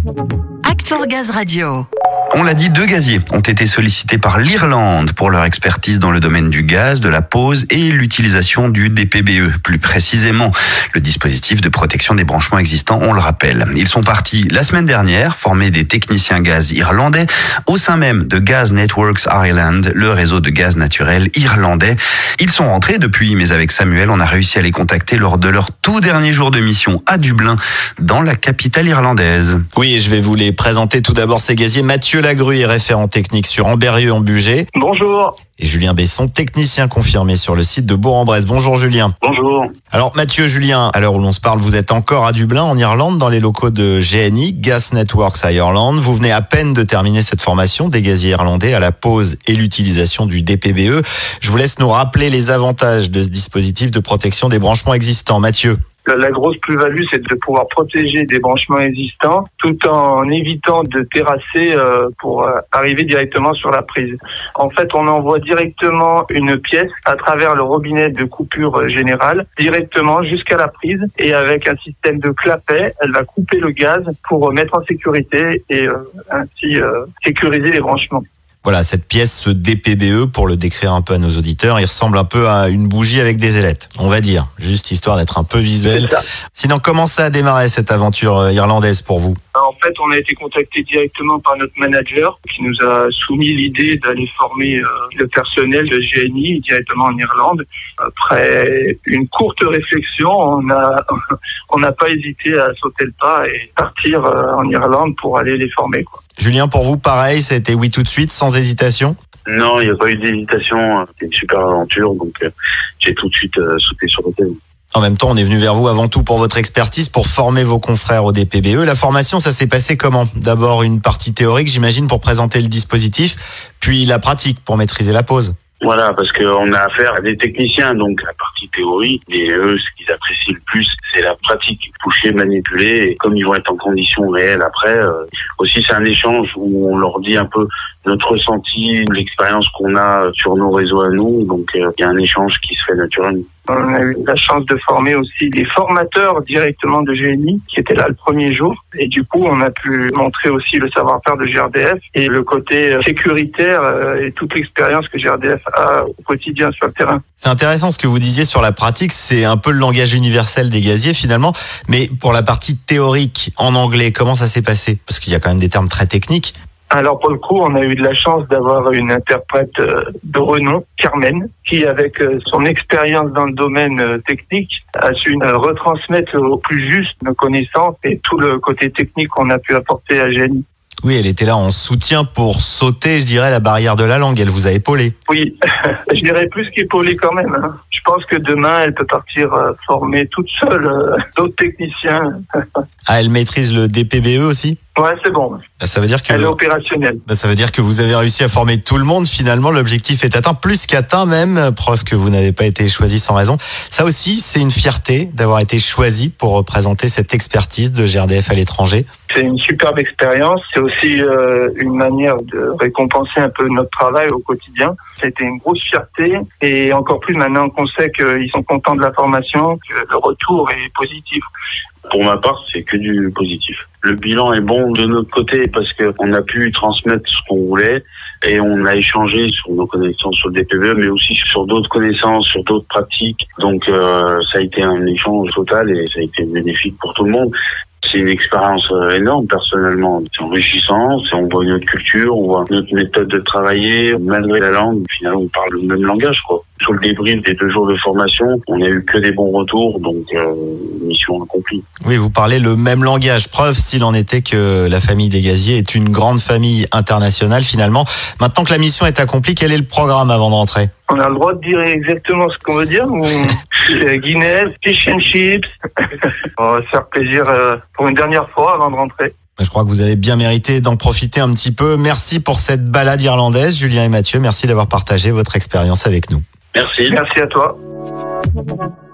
Act for Gaz Radio. On l'a dit, 2 gaziers ont été sollicités par l'Irlande pour leur expertise dans le domaine du gaz, de la pose et l'utilisation du DPBE. Plus précisément, le dispositif de protection des branchements existants, on le rappelle. Ils sont partis la semaine dernière former des techniciens gaz irlandais au sein même de Gas Networks Ireland, le réseau de gaz naturel irlandais. Ils sont rentrés depuis, mais avec Samuel, on a réussi à les contacter lors de leur tout dernier jour de mission à Dublin, dans la capitale irlandaise. Oui, et je vais vous les présenter tout d'abord, ces gaziers. Mathieu Lagru est référent technique sur Ambérieu-en-Bugey. Bonjour. Et Julien Besson, technicien confirmé sur le site de Bourg-en-Bresse. Bonjour Julien. Bonjour. Alors Mathieu, Julien, à l'heure où l'on se parle, vous êtes encore à Dublin, en Irlande, dans les locaux de GNI, Gas Networks Ireland. Vous venez à peine de terminer cette formation des gaziers irlandais à la pose et l'utilisation du DPBE. Je vous laisse nous rappeler les avantages de ce dispositif de protection des branchements existants. Mathieu. La grosse plus-value, c'est de pouvoir protéger des branchements existants tout en évitant de terrasser pour arriver directement sur la prise. En fait, on envoie directement une pièce à travers le robinet de coupure générale directement jusqu'à la prise, et avec un système de clapet, elle va couper le gaz pour mettre en sécurité et ainsi sécuriser les branchements. Voilà, cette pièce, ce DPBE, pour le décrire un peu à nos auditeurs, il ressemble un peu à une bougie avec des ailettes, on va dire, juste histoire d'être un peu visuel. Sinon, comment ça a démarré cette aventure irlandaise pour vous ? En fait, on a été contacté directement par notre manager qui nous a soumis l'idée d'aller former le personnel de GNI directement en Irlande. Après une courte réflexion, on n'a pas hésité à sauter le pas et partir en Irlande pour aller les former, quoi. Julien, pour vous, pareil, ça a été oui tout de suite, sans hésitation ? Non, il n'y a pas eu d'hésitation. C'était une super aventure, donc j'ai tout de suite sauté sur le thème. En même temps, on est venu vers vous avant tout pour votre expertise, pour former vos confrères au DPBE. La formation, ça s'est passé comment ? D'abord une partie théorique, j'imagine, pour présenter le dispositif, puis la pratique pour maîtriser la pose. Voilà, parce qu'on a affaire à des techniciens, donc la partie théorie, et eux, ce qu'ils apprécient le plus, c'est la pratique, toucher, manipuler, et comme ils vont être en conditions réelles après, aussi c'est un échange où on leur dit un peu notre ressenti, l'expérience qu'on a sur nos réseaux à nous, donc il y a un échange qui se fait naturellement. On a eu la chance de former aussi des formateurs directement de GNI qui étaient là le premier jour. Et du coup, on a pu montrer aussi le savoir-faire de GRDF et le côté sécuritaire et toute l'expérience que GRDF a au quotidien sur le terrain. C'est intéressant ce que vous disiez sur la pratique. C'est un peu le langage universel des gaziers finalement. Mais pour la partie théorique en anglais, comment ça s'est passé ? Parce qu'il y a quand même des termes très techniques. Alors pour le coup, on a eu de la chance d'avoir une interprète de renom, Carmen, qui avec son expérience dans le domaine technique a su retransmettre au plus juste nos connaissances et tout le côté technique qu'on a pu apporter à GNI. Oui, elle était là en soutien pour sauter, je dirais, la barrière de la langue. Elle vous a épaulé. Oui, je dirais plus qu'épaulé quand même. Je pense que demain, elle peut partir former toute seule d'autres techniciens. Ah, elle maîtrise le DPBE aussi ? Ouais, c'est bon. Ça veut dire que elle est opérationnelle. Ça veut dire que vous avez réussi à former tout le monde. Finalement, l'objectif est atteint, plus qu'atteint même. Preuve que vous n'avez pas été choisi sans raison. Ça aussi, c'est une fierté d'avoir été choisi pour représenter cette expertise de GRDF à l'étranger. C'est une superbe expérience. C'est aussi une manière de récompenser un peu notre travail au quotidien. C'était une grosse fierté. Et encore plus maintenant qu'on sait qu'ils sont contents de la formation, que le retour est positif. Pour ma part, c'est que du positif. Le bilan est bon de notre côté parce qu'on a pu transmettre ce qu'on voulait et on a échangé sur nos connaissances sur le DPBE, mais aussi sur d'autres connaissances, sur d'autres pratiques. Donc ça a été un échange total et ça a été bénéfique pour tout le monde. C'est une expérience énorme personnellement. C'est enrichissant, on voit notre culture, on voit notre méthode de travailler. Malgré la langue, finalement, on parle le même langage, quoi. Sur le débrief des 2 jours de formation, on n'a eu que des bons retours, donc mission accomplie. Oui, vous parlez le même langage. Preuve, s'il en était, que la famille des gaziers est une grande famille internationale finalement. Maintenant que la mission est accomplie, quel est le programme avant de rentrer ? On a le droit de dire exactement ce qu'on veut dire. Guinness, fish and chips. On va se faire plaisir pour une dernière fois avant de rentrer. Je crois que vous avez bien mérité d'en profiter un petit peu. Merci pour cette balade irlandaise, Julien et Mathieu. Merci d'avoir partagé votre expérience avec nous. Merci. Merci à toi.